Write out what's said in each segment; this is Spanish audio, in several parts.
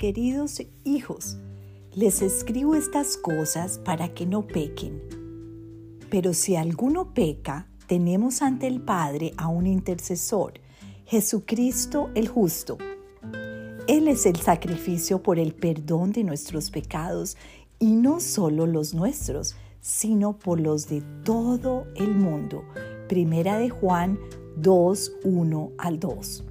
queridos hijos, les escribo estas cosas para que no pequen. Pero si alguno peca, tenemos ante el Padre a un intercesor, Jesucristo el justo. Él es el sacrificio por el perdón de nuestros pecados, y no solo los nuestros, sino por los de todo el mundo. Primera de Juan 2, 1 al 2.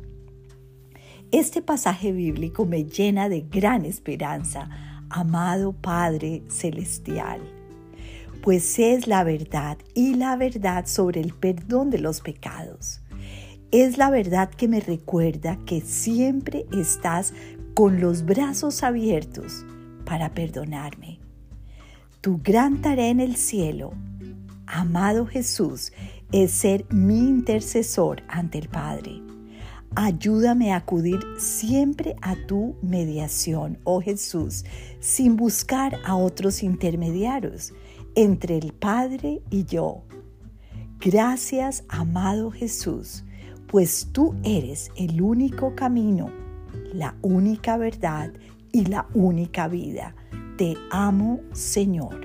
Este pasaje bíblico me llena de gran esperanza, amado Padre Celestial, pues es la verdad y la verdad sobre el perdón de los pecados. Es la verdad que me recuerda que siempre estás con los brazos abiertos para perdonarme. Tu gran tarea en el cielo, amado Jesús, es ser mi intercesor ante el Padre. Ayúdame a acudir siempre a tu mediación, oh Jesús, sin buscar a otros intermediarios entre el Padre y yo. Gracias, amado Jesús, pues tú eres el único camino, la única verdad y la única vida. Te amo, Señor.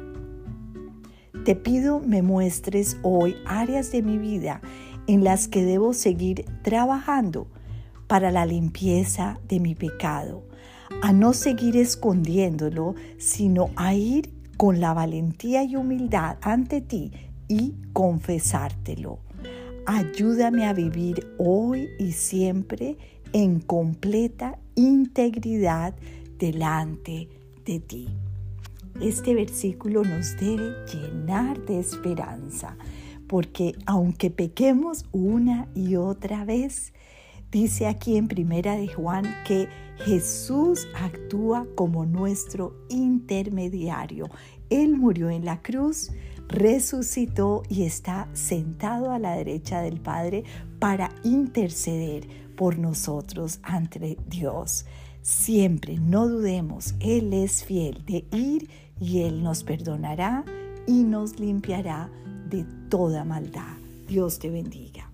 Te pido me muestres hoy áreas de mi vida en las que debo seguir trabajando para la limpieza de mi pecado, a no seguir escondiéndolo, sino a ir con la valentía y humildad ante ti y confesártelo. Ayúdame a vivir hoy y siempre en completa integridad delante de ti. Este versículo nos debe llenar de esperanza, porque aunque pequemos una y otra vez, dice aquí en Primera de Juan que Jesús actúa como nuestro intermediario. Él murió en la cruz, resucitó y está sentado a la derecha del Padre para interceder por nosotros ante Dios. Siempre, no dudemos, Él es fiel de ir y Él nos perdonará y nos limpiará de toda maldad. Dios te bendiga.